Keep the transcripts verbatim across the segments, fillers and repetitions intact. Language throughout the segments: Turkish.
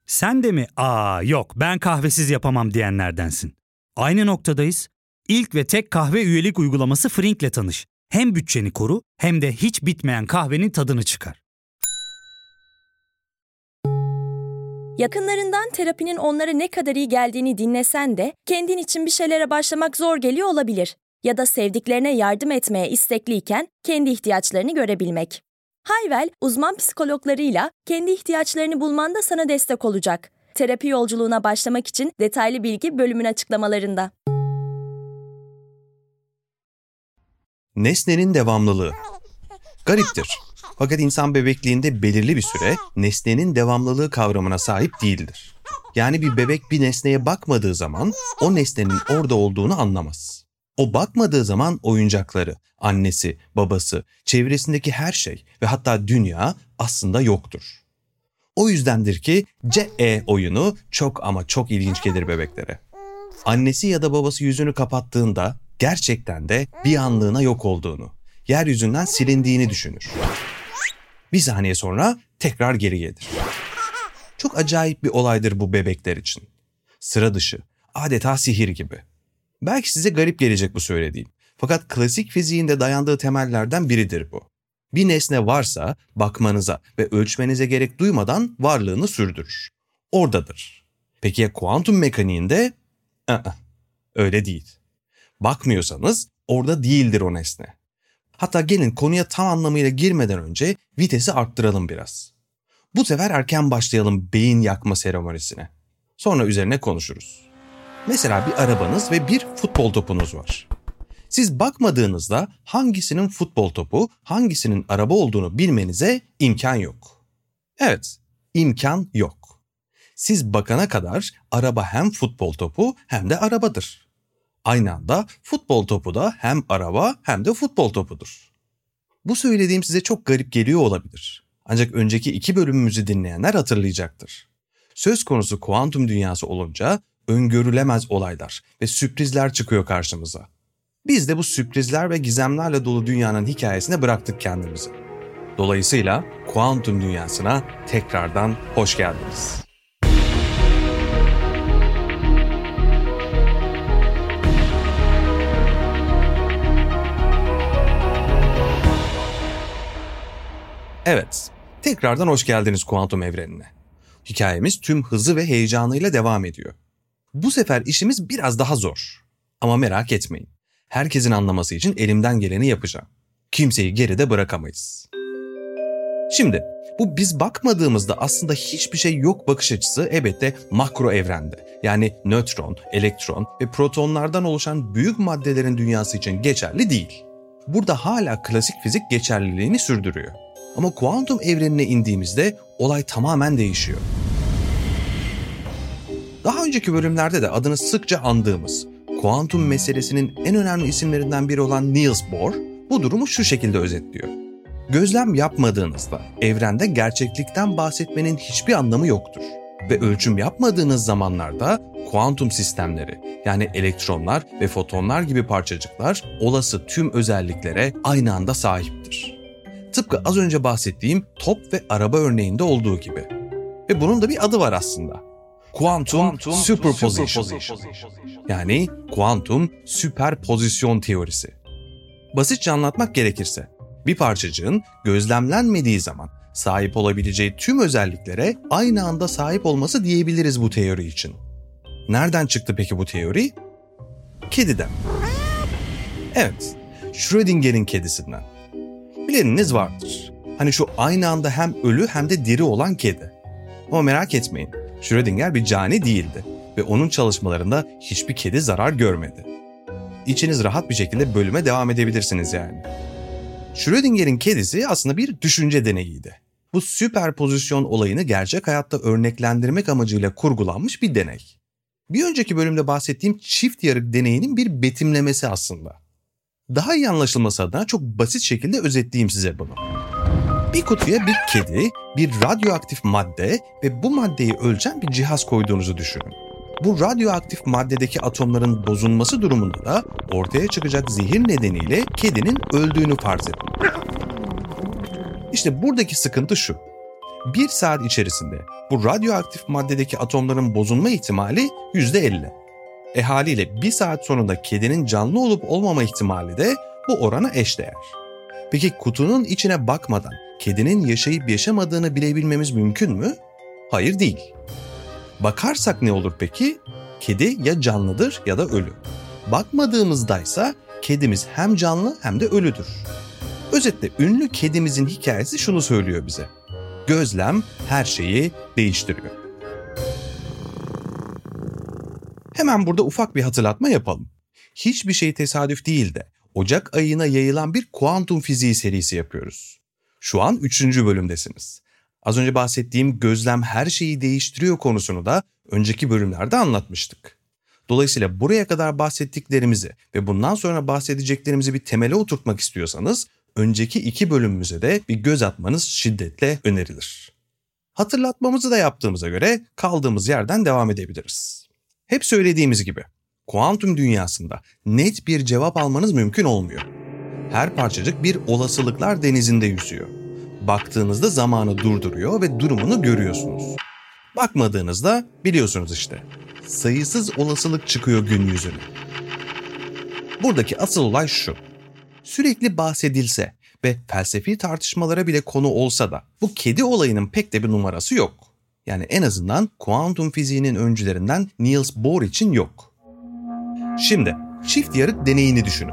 Sen de mi "Aa yok ben kahvesiz yapamam" diyenlerdensin? Aynı noktadayız. İlk ve tek kahve üyelik uygulaması Frink'le tanış. Hem bütçeni koru hem de hiç bitmeyen kahvenin tadını çıkar. Yakınlarından terapinin onlara ne kadar iyi geldiğini dinlesen de kendin için bir şeylere başlamak zor geliyor olabilir. Ya da sevdiklerine yardım etmeye istekliyken kendi ihtiyaçlarını görebilmek. Hayvel, uzman psikologlarıyla kendi ihtiyaçlarını bulmanda sana destek olacak. Terapi yolculuğuna başlamak için detaylı bilgi bölümün açıklamalarında. Nesnenin devamlılığı. Gariptir. Fakat insan bebekliğinde belirli bir süre nesnenin devamlılığı kavramına sahip değildir. Yani bir bebek bir nesneye bakmadığı zaman o nesnenin orada olduğunu anlamaz. O bakmadığı zaman oyuncakları, annesi, babası, çevresindeki her şey ve hatta dünya aslında yoktur. O yüzdendir ki C E oyunu çok ama çok ilginç gelir bebeklere. Annesi ya da babası yüzünü kapattığında gerçekten de bir anlığına yok olduğunu, yeryüzünden silindiğini düşünür. Bir saniye sonra tekrar geri gelir. Çok acayip bir olaydır bu bebekler için. Sıra dışı, adeta sihir gibi. Belki size garip gelecek bu söylediğim. Fakat klasik fiziğinde dayandığı temellerden biridir bu. Bir nesne varsa bakmanıza ve ölçmenize gerek duymadan varlığını sürdürür. Oradadır. Peki ya kuantum mekaniğinde? I-ı, öyle değil. Bakmıyorsanız orada değildir o nesne. Hatta gelin konuya tam anlamıyla girmeden önce vitesi arttıralım biraz. Bu sefer erken başlayalım beyin yakma seremonisine. Sonra üzerine konuşuruz. Mesela bir arabanız ve bir futbol topunuz var. Siz bakmadığınızda hangisinin futbol topu, hangisinin araba olduğunu bilmenize imkan yok. Evet, imkan yok. Siz bakana kadar araba hem futbol topu hem de arabadır. Aynı anda futbol topu da hem araba hem de futbol topudur. Bu söylediğim size çok garip geliyor olabilir. Ancak önceki iki bölümümüzü dinleyenler hatırlayacaktır. Söz konusu kuantum dünyası olunca öngörülemez olaylar ve sürprizler çıkıyor karşımıza. Biz de bu sürprizler ve gizemlerle dolu dünyanın hikayesine bıraktık kendimizi. Dolayısıyla kuantum dünyasına tekrardan hoş geldiniz. Evet, tekrardan hoş geldiniz kuantum evrenine. Hikayemiz tüm hızı ve heyecanıyla devam ediyor. Bu sefer işimiz biraz daha zor. Ama merak etmeyin. Herkesin anlaması için elimden geleni yapacağım. Kimseyi geride bırakamayız. Şimdi bu biz bakmadığımızda aslında hiçbir şey yok bakış açısı elbette makro evrende. Yani nötron, elektron ve protonlardan oluşan büyük maddelerin dünyası için geçerli değil. Burada hala klasik fizik geçerliliğini sürdürüyor. Ama kuantum evrenine indiğimizde olay tamamen değişiyor. Daha önceki bölümlerde de adını sıkça andığımız kuantum meselesinin en önemli isimlerinden biri olan Niels Bohr bu durumu şu şekilde özetliyor. Gözlem yapmadığınızda evrende gerçeklikten bahsetmenin hiçbir anlamı yoktur. Ve ölçüm yapmadığınız zamanlarda kuantum sistemleri yani elektronlar ve fotonlar gibi parçacıklar olası tüm özelliklere aynı anda sahiptir. Tıpkı az önce bahsettiğim top ve araba örneğinde olduğu gibi. Ve bunun da bir adı var aslında. Kuantum, kuantum superposition. superposition. Yani kuantum süperpozisyon teorisi. Basitçe anlatmak gerekirse, bir parçacığın gözlemlenmediği zaman sahip olabileceği tüm özelliklere aynı anda sahip olması diyebiliriz bu teori için. Nereden çıktı peki bu teori? Kediden. Evet, Schrödinger'in kedisinden. Bileniniz vardır. Hani şu aynı anda hem ölü hem de diri olan kedi. Ama merak etmeyin, Schrödinger bir cani değildi ve onun çalışmalarında hiçbir kedi zarar görmedi. İçiniz rahat bir şekilde bölüme devam edebilirsiniz yani. Schrödinger'in kedisi aslında bir düşünce deneyiydi. Bu süperpozisyon olayını gerçek hayatta örneklendirmek amacıyla kurgulanmış bir deney. Bir önceki bölümde bahsettiğim çift yarık deneyinin bir betimlemesi aslında. Daha iyi anlaşılması adına çok basit şekilde özetleyeyim size bunu. Bir kutuya bir kedi, bir radyoaktif madde ve bu maddeyi ölçen bir cihaz koyduğunuzu düşünün. Bu radyoaktif maddedeki atomların bozulması durumunda da ortaya çıkacak zehir nedeniyle kedinin öldüğünü farz edin. İşte buradaki sıkıntı şu. Bir saat içerisinde bu radyoaktif maddedeki atomların bozulma ihtimali yüzde elli. E haliyle bir saat sonunda kedinin canlı olup olmama ihtimali de bu orana eşdeğer. Peki kutunun içine bakmadan kedinin yaşayıp yaşamadığını bilebilmemiz mümkün mü? Hayır değil. Bakarsak ne olur peki? Kedi ya canlıdır ya da ölü. Bakmadığımızdaysa kedimiz hem canlı hem de ölüdür. Özetle ünlü kedimizin hikayesi şunu söylüyor bize. Gözlem her şeyi değiştiriyor. Hemen burada ufak bir hatırlatma yapalım. Hiçbir şey tesadüf değil de Ocak ayına yayılan bir kuantum fiziği serisi yapıyoruz. Şu an üçüncü bölümdesiniz. Az önce bahsettiğim gözlem her şeyi değiştiriyor konusunu da önceki bölümlerde anlatmıştık. Dolayısıyla buraya kadar bahsettiklerimizi ve bundan sonra bahsedeceklerimizi bir temele oturtmak istiyorsanız önceki iki bölümümüze de bir göz atmanız şiddetle önerilir. Hatırlatmamızı da yaptığımıza göre kaldığımız yerden devam edebiliriz. Hep söylediğimiz gibi kuantum dünyasında net bir cevap almanız mümkün olmuyor. Her parçacık bir olasılıklar denizinde yüzüyor. Baktığınızda zamanı durduruyor ve durumunu görüyorsunuz. Bakmadığınızda biliyorsunuz işte. Sayısız olasılık çıkıyor gün yüzüne. Buradaki asıl olay şu. Sürekli bahsedilse ve felsefi tartışmalara bile konu olsa da bu kedi olayının pek de bir numarası yok. Yani en azından kuantum fiziğinin öncülerinden Niels Bohr için yok. Şimdi çift yarık deneyini düşünün.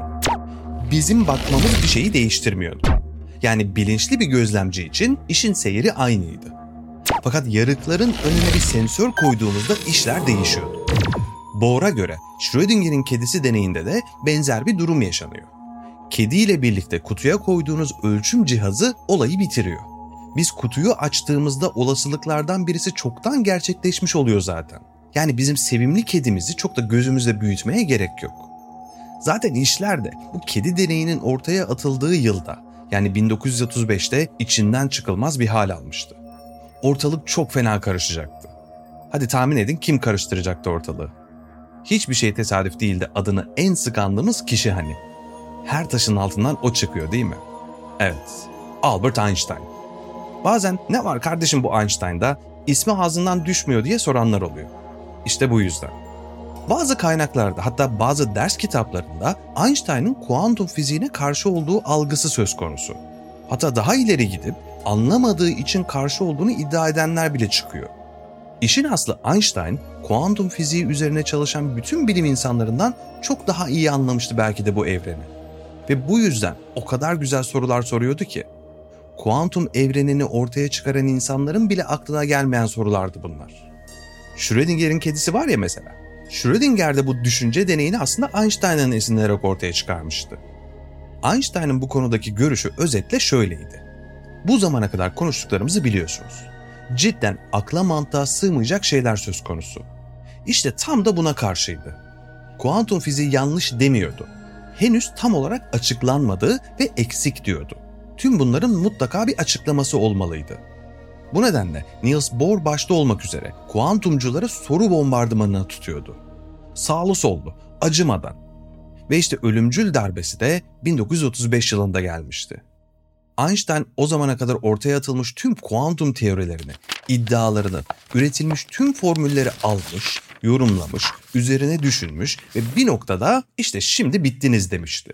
Bizim bakmamız bir şeyi değiştirmiyordu. Yani bilinçli bir gözlemci için işin seyri aynıydı. Fakat yarıkların önüne bir sensör koyduğumuzda işler değişiyordu. Bohr'a göre Schrödinger'in kedisi deneyinde de benzer bir durum yaşanıyor. Kediyle birlikte kutuya koyduğunuz ölçüm cihazı olayı bitiriyor. Biz kutuyu açtığımızda olasılıklardan birisi çoktan gerçekleşmiş oluyor zaten. Yani bizim sevimli kedimizi çok da gözümüzde büyütmeye gerek yok. Zaten işler de bu kedi deneyinin ortaya atıldığı yılda, yani bin dokuz yüz otuz beşte içinden çıkılmaz bir hal almıştı. Ortalık çok fena karışacaktı. Hadi tahmin edin kim karıştıracaktı ortalığı? Hiçbir şey tesadüf değil de adını en sık andığımız kişi hani. Her taşın altından o çıkıyor değil mi? Evet, Albert Einstein. Bazen ne var kardeşim bu Einstein'da, ismi ağzından düşmüyor diye soranlar oluyor. İşte bu yüzden. Bazı kaynaklarda, hatta bazı ders kitaplarında Einstein'ın kuantum fiziğine karşı olduğu algısı söz konusu. Hatta daha ileri gidip anlamadığı için karşı olduğunu iddia edenler bile çıkıyor. İşin aslı Einstein, kuantum fiziği üzerine çalışan bütün bilim insanlarından çok daha iyi anlamıştı belki de bu evreni. Ve bu yüzden o kadar güzel sorular soruyordu ki, kuantum evrenini ortaya çıkaran insanların bile aklına gelmeyen sorulardı bunlar. Schrödinger'in kedisi var ya mesela. Schrödinger de bu düşünce deneyini aslında Einstein'ın esinlenerek ortaya çıkarmıştı. Einstein'ın bu konudaki görüşü özetle şöyleydi. Bu zamana kadar konuştuklarımızı biliyorsunuz. Cidden akla mantığa sığmayacak şeyler söz konusu. İşte tam da buna karşıydı. Kuantum fiziği yanlış demiyordu. Henüz tam olarak açıklanmadı ve eksik diyordu. Tüm bunların mutlaka bir açıklaması olmalıydı. Bu nedenle Niels Bohr başta olmak üzere kuantumcuları soru bombardımanına tutuyordu. Sağlı sollu, acımadan. Ve işte ölümcül darbesi de bin dokuz yüz otuz beş yılında gelmişti. Einstein o zamana kadar ortaya atılmış tüm kuantum teorilerini, iddialarını, üretilmiş tüm formülleri almış, yorumlamış, üzerine düşünmüş ve bir noktada işte şimdi bittiniz demişti.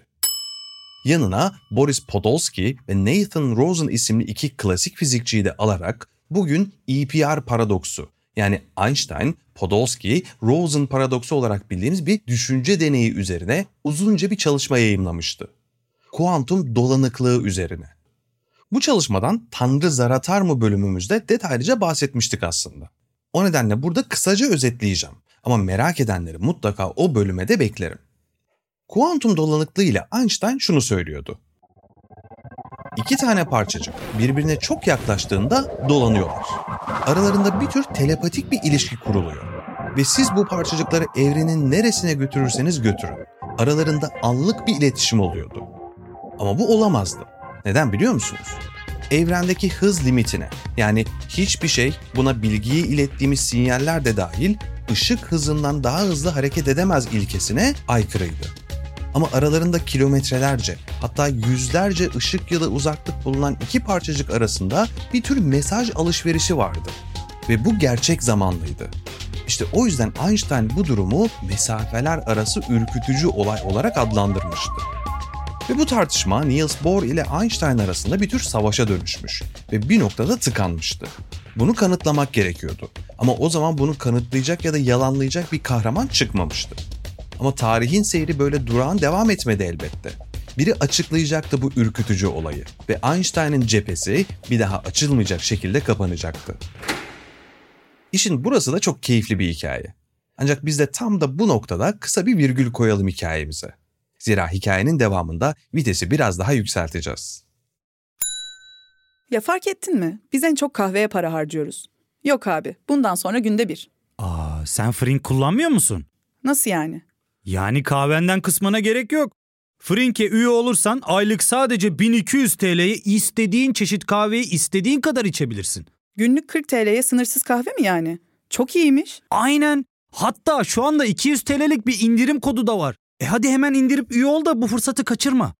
Yanına Boris Podolsky ve Nathan Rosen isimli iki klasik fizikçiyi de alarak bugün E P R paradoksu, yani Einstein, Podolsky, Rosen paradoksu olarak bildiğimiz bir düşünce deneyi üzerine uzunca bir çalışma yayımlamıştı. Kuantum dolanıklığı üzerine. Bu çalışmadan Tanrı Zaratar mı bölümümüzde detaylıca bahsetmiştik aslında. O nedenle burada kısaca özetleyeceğim ama merak edenleri mutlaka o bölüme de beklerim. Kuantum dolanıklığı ile Einstein şunu söylüyordu. İki tane parçacık birbirine çok yaklaştığında dolanıyorlar. Aralarında bir tür telepatik bir ilişki kuruluyor. Ve siz bu parçacıkları evrenin neresine götürürseniz götürün. Aralarında anlık bir iletişim oluyordu. Ama bu olamazdı. Neden biliyor musunuz? Evrendeki hız limitine, yani hiçbir şey, buna bilgiyi ilettiğimiz sinyaller de dahil, ışık hızından daha hızlı hareket edemez ilkesine aykırıydı. Ama aralarında kilometrelerce, hatta yüzlerce ışık yılı uzaklık bulunan iki parçacık arasında bir tür mesaj alışverişi vardı. Ve bu gerçek zamanlıydı. İşte o yüzden Einstein bu durumu mesafeler arası ürkütücü olay olarak adlandırmıştı. Ve bu tartışma Niels Bohr ile Einstein arasında bir tür savaşa dönüşmüş ve bir noktada tıkanmıştı. Bunu kanıtlamak gerekiyordu. Ama o zaman bunu kanıtlayacak ya da yalanlayacak bir kahraman çıkmamıştı. Ama tarihin seyri böyle durağan devam etmedi elbette. Biri açıklayacaktı bu ürkütücü olayı ve Einstein'ın cephesi bir daha açılmayacak şekilde kapanacaktı. İşin burası da çok keyifli bir hikaye. Ancak biz de tam da bu noktada kısa bir virgül koyalım hikayemize. Zira hikayenin devamında vitesi biraz daha yükselteceğiz. Ya fark ettin mi? Biz en çok kahveye para harcıyoruz. Yok abi, bundan sonra günde bir. Aa, sen Frink kullanmıyor musun? Nasıl yani? Yani kahvenden kısmına gerek yok. Frink'e üye olursan aylık sadece bin iki yüz T L'ye istediğin çeşit kahveyi istediğin kadar içebilirsin. Günlük kırk T L'ye sınırsız kahve mi yani? Çok iyiymiş. Aynen. Hatta şu anda iki yüz T L'lik bir indirim kodu da var. E hadi hemen indirip üye ol da bu fırsatı kaçırma.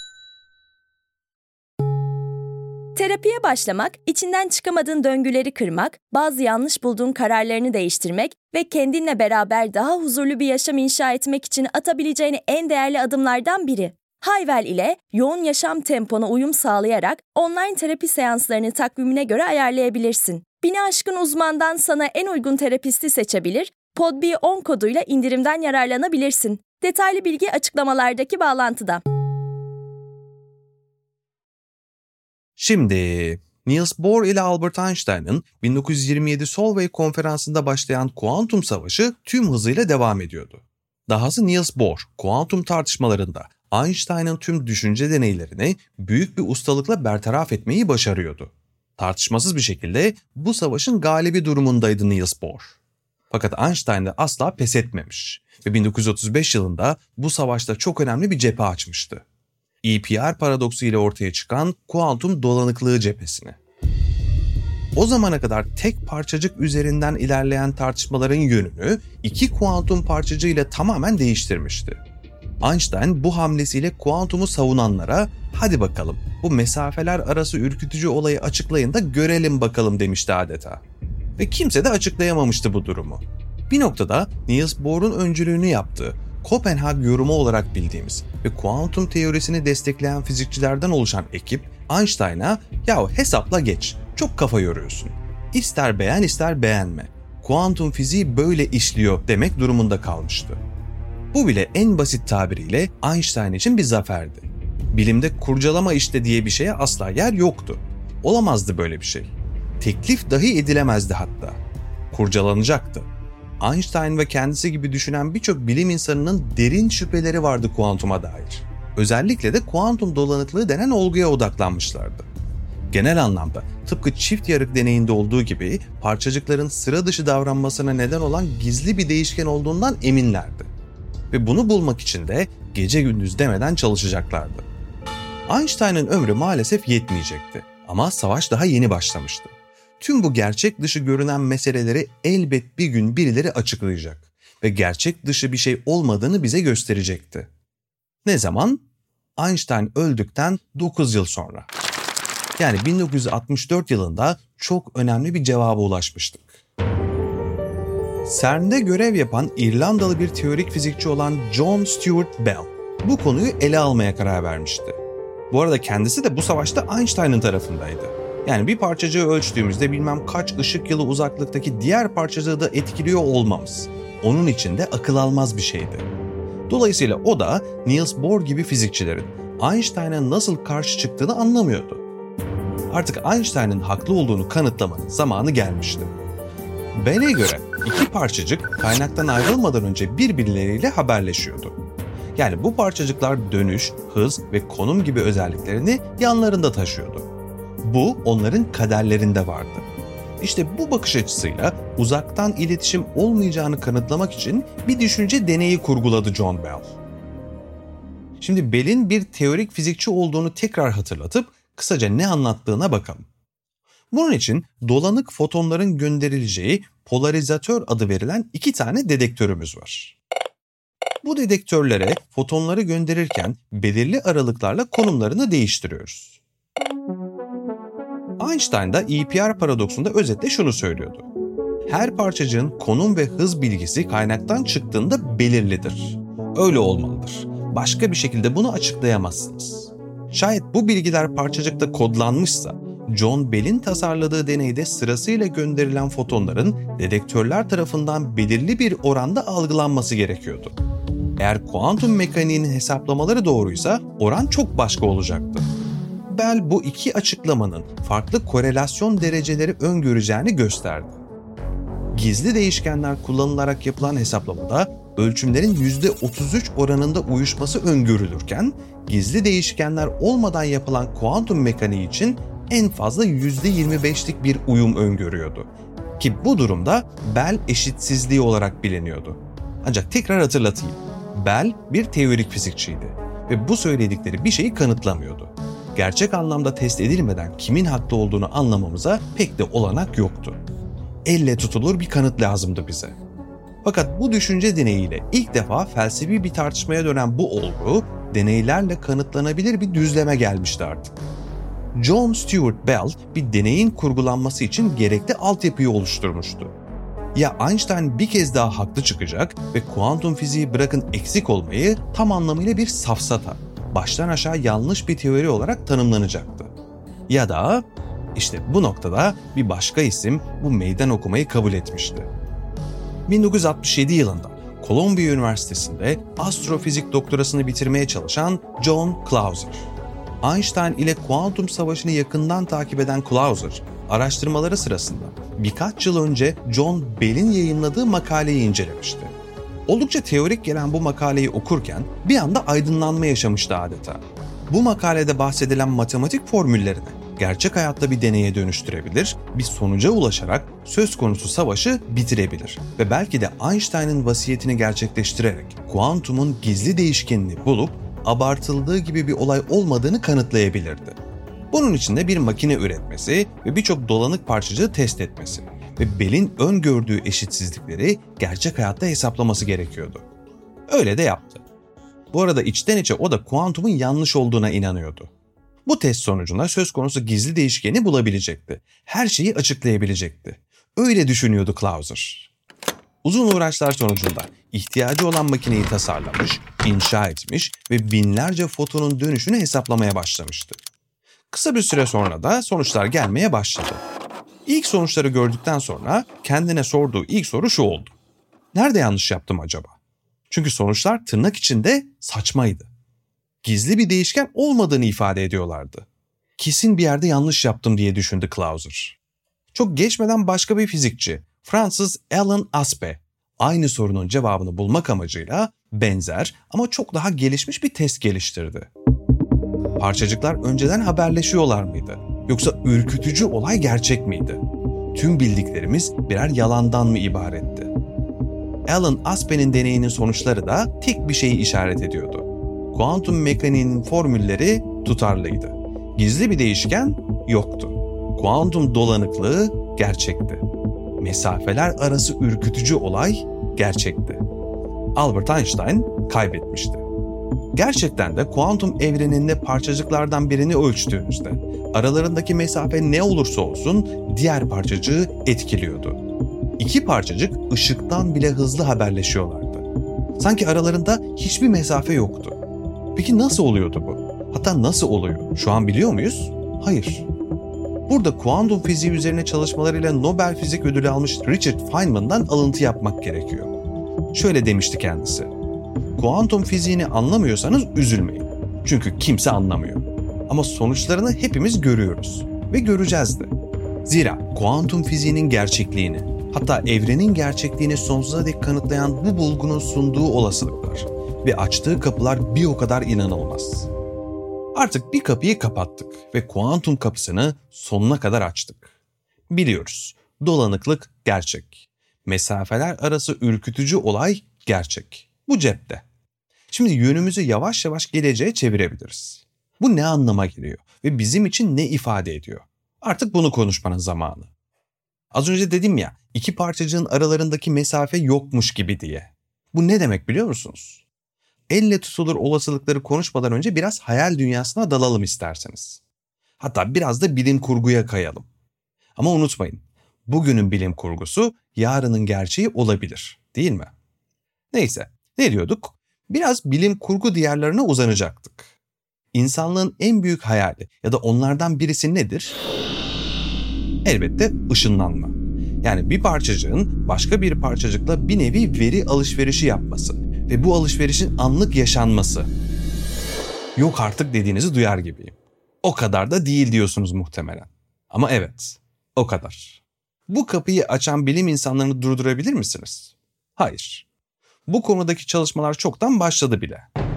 Terapiye başlamak, içinden çıkamadığın döngüleri kırmak, bazı yanlış bulduğun kararlarını değiştirmek ve kendinle beraber daha huzurlu bir yaşam inşa etmek için atabileceğin en değerli adımlardan biri. Hayvel ile yoğun yaşam tempona uyum sağlayarak online terapi seanslarını takvimine göre ayarlayabilirsin. Bini aşkın uzmandan sana en uygun terapisti seçebilir, Podbi on koduyla indirimden yararlanabilirsin. Detaylı bilgi açıklamalardaki bağlantıda. Şimdi Niels Bohr ile Albert Einstein'ın bin dokuz yüz yirmi yedi Solvay konferansında başlayan kuantum savaşı tüm hızıyla devam ediyordu. Dahası Niels Bohr, kuantum tartışmalarında Einstein'ın tüm düşünce deneylerini büyük bir ustalıkla bertaraf etmeyi başarıyordu. Tartışmasız bir şekilde bu savaşın galibi durumundaydı Niels Bohr. Fakat Einstein de asla pes etmemiş ve bin dokuz yüz otuz beş yılında bu savaşta çok önemli bir cephe açmıştı. E P R paradoksu ile ortaya çıkan kuantum dolanıklığı cephesini. O zamana kadar tek parçacık üzerinden ilerleyen tartışmaların yönünü iki kuantum parçacığı ile tamamen değiştirmişti. Einstein bu hamlesiyle kuantumu savunanlara "Hadi bakalım bu mesafeler arası ürkütücü olayı açıklayın da görelim bakalım" demişti adeta. Ve kimse de açıklayamamıştı bu durumu. Bir noktada Niels Bohr'un öncülüğünü yaptığı Kopenhag yorumu olarak bildiğimiz ve kuantum teorisini destekleyen fizikçilerden oluşan ekip Einstein'a "Yahu hesapla geç, çok kafa yoruyorsun. İster beğen ister beğenme. Kuantum fiziği böyle işliyor" demek durumunda kalmıştı. Bu bile en basit tabiriyle Einstein için bir zaferdi. Bilimde kurcalama işte diye bir şeye asla yer yoktu. Olamazdı böyle bir şey. Teklif dahi edilemezdi hatta. Kurcalanacaktı. Einstein ve kendisi gibi düşünen birçok bilim insanının derin şüpheleri vardı kuantuma dair. Özellikle de kuantum dolanıklığı denen olguya odaklanmışlardı. Genel anlamda tıpkı çift yarık deneyinde olduğu gibi parçacıkların sıra dışı davranmasına neden olan gizli bir değişken olduğundan eminlerdi. Ve bunu bulmak için de gece gündüz demeden çalışacaklardı. Einstein'ın ömrü maalesef yetmeyecekti ama savaş daha yeni başlamıştı. Tüm bu gerçek dışı görünen meseleleri elbet bir gün birileri açıklayacak ve gerçek dışı bir şey olmadığını bize gösterecekti. Ne zaman? Einstein öldükten dokuz yıl sonra. Yani bin dokuz yüz altmış dört yılında çok önemli bir cevaba ulaşmıştık. C E R N'de görev yapan İrlandalı bir teorik fizikçi olan John Stuart Bell bu konuyu ele almaya karar vermişti. Bu arada kendisi de bu savaşta Einstein'ın tarafındaydı. Yani bir parçacığı ölçtüğümüzde bilmem kaç ışık yılı uzaklıktaki diğer parçacığı da etkiliyor olmamız onun için de akıl almaz bir şeydi. Dolayısıyla o da Niels Bohr gibi fizikçilerin Einstein'a nasıl karşı çıktığını anlamıyordu. Artık Einstein'ın haklı olduğunu kanıtlamanın zamanı gelmişti. Bell'e göre iki parçacık kaynaktan ayrılmadan önce birbirleriyle haberleşiyordu. Yani bu parçacıklar dönüş, hız ve konum gibi özelliklerini yanlarında taşıyordu. Bu onların kaderlerinde vardı. İşte bu bakış açısıyla uzaktan iletişim olmayacağını kanıtlamak için bir düşünce deneyi kurguladı John Bell. Şimdi Bell'in bir teorik fizikçi olduğunu tekrar hatırlatıp kısaca ne anlattığına bakalım. Bunun için dolanık fotonların gönderileceği polarizatör adı verilen iki tane dedektörümüz var. Bu dedektörlere fotonları gönderirken belirli aralıklarla konumlarını değiştiriyoruz. Einstein da E P R paradoksunda özetle şunu söylüyordu. Her parçacığın konum ve hız bilgisi kaynaktan çıktığında belirlidir. Öyle olmalıdır. Başka bir şekilde bunu açıklayamazsınız. Şayet bu bilgiler parçacıkta kodlanmışsa, John Bell'in tasarladığı deneyde sırasıyla gönderilen fotonların dedektörler tarafından belirli bir oranda algılanması gerekiyordu. Eğer kuantum mekaniğinin hesaplamaları doğruysa oran çok başka olacaktı. Bell bu iki açıklamanın farklı korelasyon dereceleri öngöreceğini gösterdi. Gizli değişkenler kullanılarak yapılan hesaplamada ölçümlerin yüzde otuz üç oranında uyuşması öngörülürken, gizli değişkenler olmadan yapılan kuantum mekaniği için en fazla yüzde yirmi beşlik bir uyum öngörüyordu. Ki bu durumda Bell eşitsizliği olarak biliniyordu. Ancak tekrar hatırlatayım, Bell bir teorik fizikçiydi ve bu söyledikleri bir şeyi kanıtlamıyordu. Gerçek anlamda test edilmeden kimin haklı olduğunu anlamamıza pek de olanak yoktu. Elle tutulur bir kanıt lazımdı bize. Fakat bu düşünce deneyiyle ilk defa felsefi bir tartışmaya dönen bu olgu, deneylerle kanıtlanabilir bir düzleme gelmişti artık. John Stuart Bell bir deneyin kurgulanması için gerekli altyapıyı oluşturmuştu. Ya Einstein bir kez daha haklı çıkacak ve kuantum fiziği bırakın eksik olmayı tam anlamıyla bir safsata, baştan aşağı yanlış bir teori olarak tanımlanacaktı. Ya da işte bu noktada bir başka isim bu meydan okumayı kabul etmişti. bin dokuz yüz altmış yedi yılında Columbia Üniversitesi'nde astrofizik doktorasını bitirmeye çalışan John Clauser. Einstein ile kuantum savaşını yakından takip eden Clauser, araştırmaları sırasında birkaç yıl önce John Bell'in yayınladığı makaleyi incelemişti. Oldukça teorik gelen bu makaleyi okurken bir anda aydınlanma yaşamıştı adeta. Bu makalede bahsedilen matematik formüllerini gerçek hayatta bir deneye dönüştürebilir, bir sonuca ulaşarak söz konusu savaşı bitirebilir ve belki de Einstein'ın vasiyetini gerçekleştirerek kuantumun gizli değişkenini bulup abartıldığı gibi bir olay olmadığını kanıtlayabilirdi. Bunun için de bir makine üretmesi ve birçok dolanık parçacığı test etmesi ve Bell'in öngördüğü eşitsizlikleri gerçek hayatta hesaplaması gerekiyordu. Öyle de yaptı. Bu arada içten içe o da kuantumun yanlış olduğuna inanıyordu. Bu test sonucunda söz konusu gizli değişkeni bulabilecekti. Her şeyi açıklayabilecekti. Öyle düşünüyordu Clauser. Uzun uğraşlar sonucunda ihtiyacı olan makineyi tasarlamış, inşa etmiş ve binlerce fotonun dönüşünü hesaplamaya başlamıştı. Kısa bir süre sonra da sonuçlar gelmeye başladı. İlk sonuçları gördükten sonra kendine sorduğu ilk soru şu oldu. Nerede yanlış yaptım acaba? Çünkü sonuçlar tırnak içinde saçmaydı. Gizli bir değişken olmadığını ifade ediyorlardı. Kesin bir yerde yanlış yaptım diye düşündü Clauser. Çok geçmeden başka bir fizikçi, Fransız Alan Aspect, aynı sorunun cevabını bulmak amacıyla benzer ama çok daha gelişmiş bir test geliştirdi. Parçacıklar önceden haberleşiyorlar mıydı? Yoksa ürkütücü olay gerçek miydi? Tüm bildiklerimiz birer yalandan mı ibaretti? Alan Aspect'in deneyinin sonuçları da tek bir şeyi işaret ediyordu. Kuantum mekaniğinin formülleri tutarlıydı. Gizli bir değişken yoktu. Kuantum dolanıklığı gerçekti. Mesafeler arası ürkütücü olay gerçekti. Albert Einstein kaybetmişti. Gerçekten de kuantum evreninde parçacıklardan birini ölçtüğünüzde aralarındaki mesafe ne olursa olsun diğer parçacığı etkiliyordu. İki parçacık ışıktan bile hızlı haberleşiyorlardı. Sanki aralarında hiçbir mesafe yoktu. Peki nasıl oluyordu bu? Hatta nasıl oluyor? Şu an biliyor muyuz? Hayır. Burada kuantum fiziği üzerine çalışmalarıyla Nobel Fizik Ödülü almış Richard Feynman'dan alıntı yapmak gerekiyor. Şöyle demişti kendisi. Kuantum fiziğini anlamıyorsanız üzülmeyin. Çünkü kimse anlamıyor. Ama sonuçlarını hepimiz görüyoruz. Ve göreceğiz de. Zira kuantum fiziğinin gerçekliğini, hatta evrenin gerçekliğini sonsuza dek kanıtlayan bu bulgunun sunduğu olasılıklar ve açtığı kapılar bir o kadar inanılmaz. Artık bir kapıyı kapattık ve kuantum kapısını sonuna kadar açtık. Biliyoruz, dolanıklık gerçek. Mesafeler arası ürkütücü olay gerçek. Bu cepte. Şimdi yönümüzü yavaş yavaş geleceğe çevirebiliriz. Bu ne anlama geliyor ve bizim için ne ifade ediyor? Artık bunu konuşmanın zamanı. Az önce dedim ya, iki parçacığın aralarındaki mesafe yokmuş gibi diye. Bu ne demek biliyor musunuz? elle tutulur olasılıkları konuşmadan önce biraz hayal dünyasına dalalım isterseniz. Hatta biraz da bilim kurguya kayalım. Ama unutmayın, bugünün bilim kurgusu yarının gerçeği olabilir, değil mi? Neyse, ne diyorduk? Biraz bilim kurgu diyarlarına uzanacaktık. İnsanlığın en büyük hayali ya da onlardan birisi nedir? Elbette ışınlanma. Yani bir parçacığın başka bir parçacıkla bir nevi veri alışverişi yapması ve bu alışverişin anlık yaşanması. Yok artık dediğinizi duyar gibiyim. O kadar da değil diyorsunuz muhtemelen. Ama evet, o kadar. Bu kapıyı açan bilim insanlarını durdurabilir misiniz? Hayır. Bu konudaki çalışmalar çoktan başladı bile.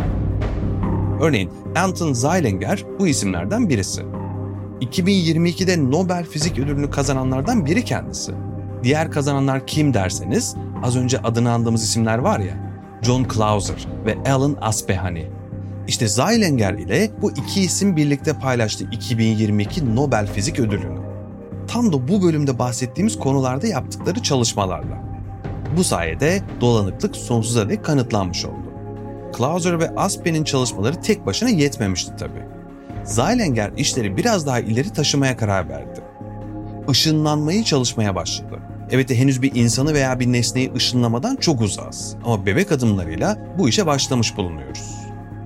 Örneğin Anton Zeilinger bu isimlerden birisi. iki bin yirmi ikide Nobel Fizik Ödülünü kazananlardan biri kendisi. Diğer kazananlar kim derseniz, az önce adını andığımız isimler var ya, John Clauser ve Alan Aspehani. İşte Zeilinger ile bu iki isim birlikte paylaştı iki bin yirmi iki Nobel Fizik Ödülünü. Tam da bu bölümde bahsettiğimiz konularda yaptıkları çalışmalarla. Bu sayede dolanıklık sonsuza dek kanıtlanmış oldu. Clauser ve Aspen'in çalışmaları tek başına yetmemişti tabii. Zeilinger işleri biraz daha ileri taşımaya karar verdi. Işınlanmayı çalışmaya başladı. Evet, henüz bir insanı veya bir nesneyi ışınlamadan çok uzağız. Ama bebek adımlarıyla bu işe başlamış bulunuyoruz.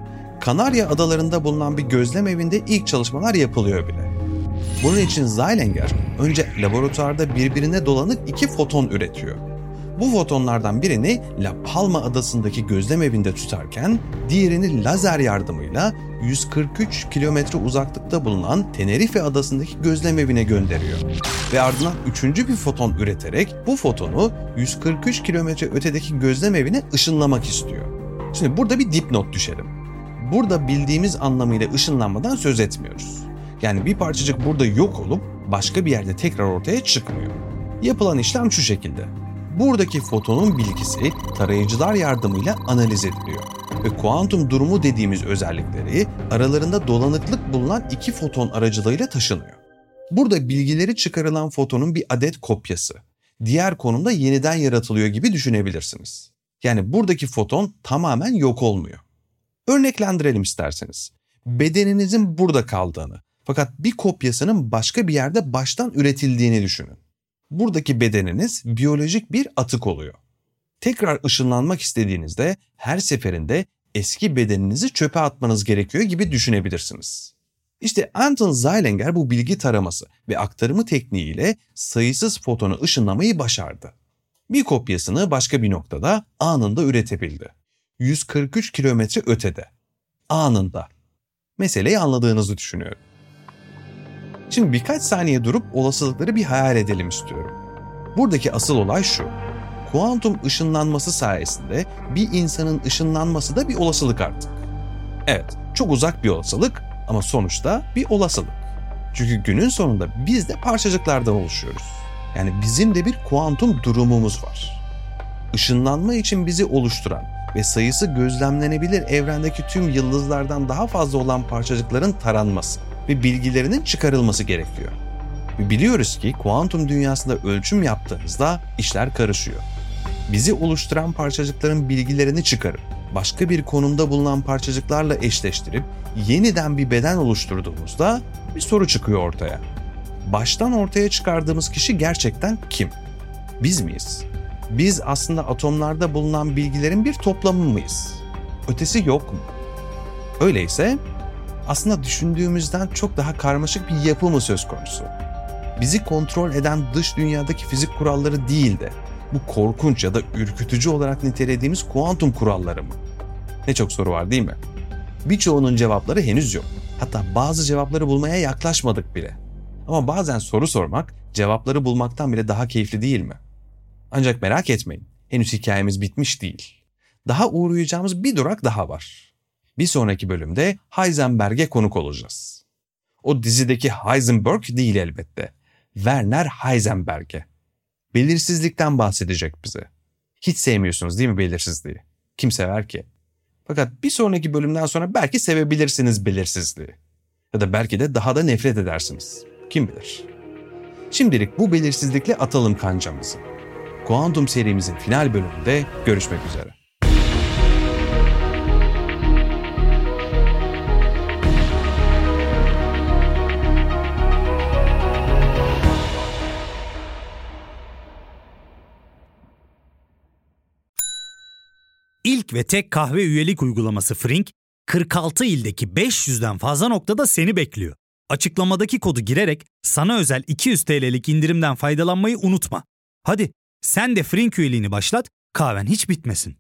Kanarya Adaları'nda bulunan bir gözlem evinde ilk çalışmalar yapılıyor bile. Bunun için Zeilinger önce laboratuvarda birbirine dolanık iki foton üretiyor. Bu fotonlardan birini La Palma adasındaki gözlem evinde tutarken diğerini lazer yardımıyla yüz kırk üç kilometre uzaklıkta bulunan Tenerife adasındaki gözlem evine gönderiyor. Ve ardından üçüncü bir foton üreterek bu fotonu yüz kırk üç kilometre ötedeki gözlem evine ışınlamak istiyor. Şimdi burada bir dipnot düşelim. Burada bildiğimiz anlamıyla ışınlanmadan söz etmiyoruz. Yani bir parçacık burada yok olup başka bir yerde tekrar ortaya çıkmıyor. Yapılan işlem şu şekilde. Buradaki fotonun bilgisi tarayıcılar yardımıyla analiz ediliyor ve kuantum durumu dediğimiz özellikleri aralarında dolanıklık bulunan iki foton aracılığıyla taşınıyor. Burada bilgileri çıkarılan fotonun bir adet kopyası, diğer konumda yeniden yaratılıyor gibi düşünebilirsiniz. Yani buradaki foton tamamen yok olmuyor. Örneklendirelim isterseniz. Bedeninizin burada kaldığını fakat bir kopyasının başka bir yerde baştan üretildiğini düşünün. Buradaki bedeniniz biyolojik bir atık oluyor. Tekrar ışınlanmak istediğinizde her seferinde eski bedeninizi çöpe atmanız gerekiyor gibi düşünebilirsiniz. İşte Anton Zeilinger bu bilgi taraması ve aktarımı tekniğiyle sayısız fotonu ışınlamayı başardı. Bir kopyasını başka bir noktada anında üretebildi. yüz kırk üç kilometre ötede. Anında. Meseleyi anladığınızı düşünüyorum. Şimdi birkaç saniye durup olasılıkları bir hayal edelim istiyorum. Buradaki asıl olay şu. Kuantum ışınlanması sayesinde bir insanın ışınlanması da bir olasılık artık. Evet, çok uzak bir olasılık ama sonuçta bir olasılık. Çünkü günün sonunda biz de parçacıklardan oluşuyoruz. Yani bizim de bir kuantum durumumuz var. Işınlanma için bizi oluşturan ve sayısı gözlemlenebilir evrendeki tüm yıldızlardan daha fazla olan parçacıkların taranması ve bilgilerinin çıkarılması gerekiyor. Ve biliyoruz ki kuantum dünyasında ölçüm yaptığınızda işler karışıyor. Bizi oluşturan parçacıkların bilgilerini çıkarıp başka bir konumda bulunan parçacıklarla eşleştirip yeniden bir beden oluşturduğumuzda bir soru çıkıyor ortaya. Baştan ortaya çıkardığımız kişi gerçekten kim? Biz miyiz? Biz aslında atomlarda bulunan bilgilerin bir toplamı mıyız? Ötesi yok mu? Öyleyse aslında düşündüğümüzden çok daha karmaşık bir yapı mı söz konusu? Bizi kontrol eden dış dünyadaki fizik kuralları değil de bu korkunç ya da ürkütücü olarak nitelediğimiz kuantum kuralları mı? Ne çok soru var değil mi? Birçoğunun cevapları henüz yok. Hatta bazı cevapları bulmaya yaklaşmadık bile. Ama bazen soru sormak cevapları bulmaktan bile daha keyifli değil mi? Ancak merak etmeyin, henüz hikayemiz bitmiş değil. Daha uğrayacağımız bir durak daha var. Bir sonraki bölümde Heisenberg'e konuk olacağız. O dizideki Heisenberg değil elbette. Werner Heisenberg'e. Belirsizlikten bahsedecek bize. Hiç sevmiyorsunuz değil mi belirsizliği? Kim sever ki? Fakat bir sonraki bölümden sonra belki sevebilirsiniz belirsizliği. Ya da belki de daha da nefret edersiniz. Kim bilir? Şimdilik bu belirsizlikle atalım kancamızı. Kuantum serimizin final bölümünde görüşmek üzere. İlk ve tek kahve üyelik uygulaması Frink, kırk altı ildeki beş yüzden fazla noktada seni bekliyor. Açıklamadaki kodu girerek sana özel iki yüz T L'lik indirimden faydalanmayı unutma. Hadi sen de Frink üyeliğini başlat, kahven hiç bitmesin.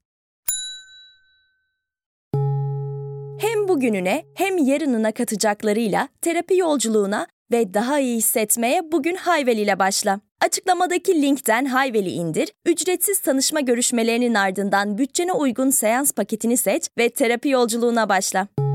Hem bugününe hem yarınına katacaklarıyla terapi yolculuğuna ve daha iyi hissetmeye bugün Hayvel ile başla. Açıklamadaki linkten Hayvel'i indir, ücretsiz tanışma görüşmelerinin ardından bütçene uygun seans paketini seç ve terapi yolculuğuna başla.